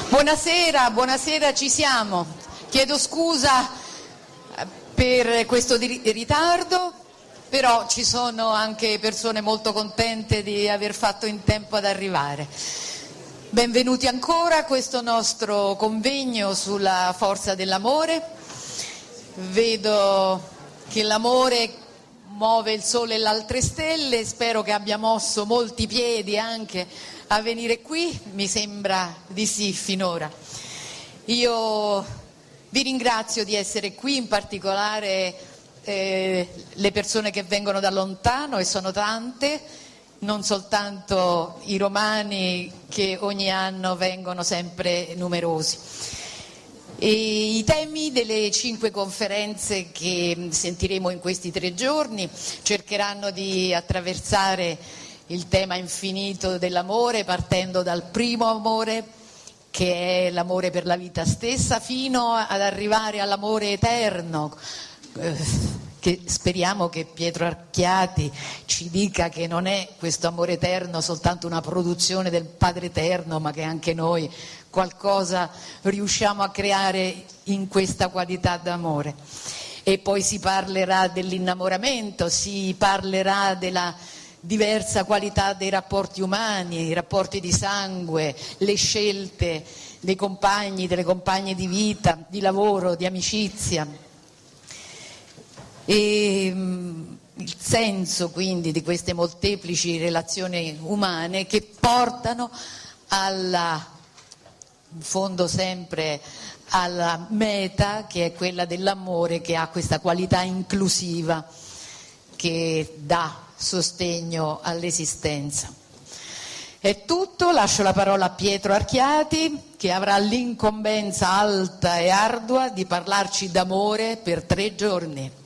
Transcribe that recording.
Buonasera, buonasera, ci siamo. Chiedo scusa per questo ritardo, però ci sono anche persone molto contente di aver fatto in tempo ad arrivare. Benvenuti ancora a questo nostro convegno sulla forza dell'amore. Vedo che l'amore muove il sole e le altre stelle, spero che abbia mosso molti piedi anche a venire qui, mi sembra di sì finora. Io vi ringrazio di essere qui, in particolare le persone che vengono da lontano, e sono tante, non soltanto i romani che ogni anno vengono sempre numerosi. E i temi delle 5 conferenze che sentiremo in questi 3 giorni cercheranno di attraversare il tema infinito dell'amore, partendo dal primo amore, che è l'amore per la vita stessa, fino ad arrivare all'amore eterno, che speriamo che Pietro Archiati ci dica che non è questo amore eterno soltanto una produzione del Padre Eterno, ma che anche noi qualcosa riusciamo a creare in questa qualità d'amore. E poi si parlerà dell'innamoramento, si parlerà della diversa qualità dei rapporti umani, i rapporti di sangue, le scelte dei compagni, delle compagne di vita, di lavoro, di amicizia. E il senso quindi di queste molteplici relazioni umane che portano in fondo sempre alla meta, che è quella dell'amore, che ha questa qualità inclusiva che dà sostegno all'esistenza. È tutto, lascio la parola a Pietro Archiati, che avrà l'incombenza alta e ardua di parlarci d'amore per 3 giorni.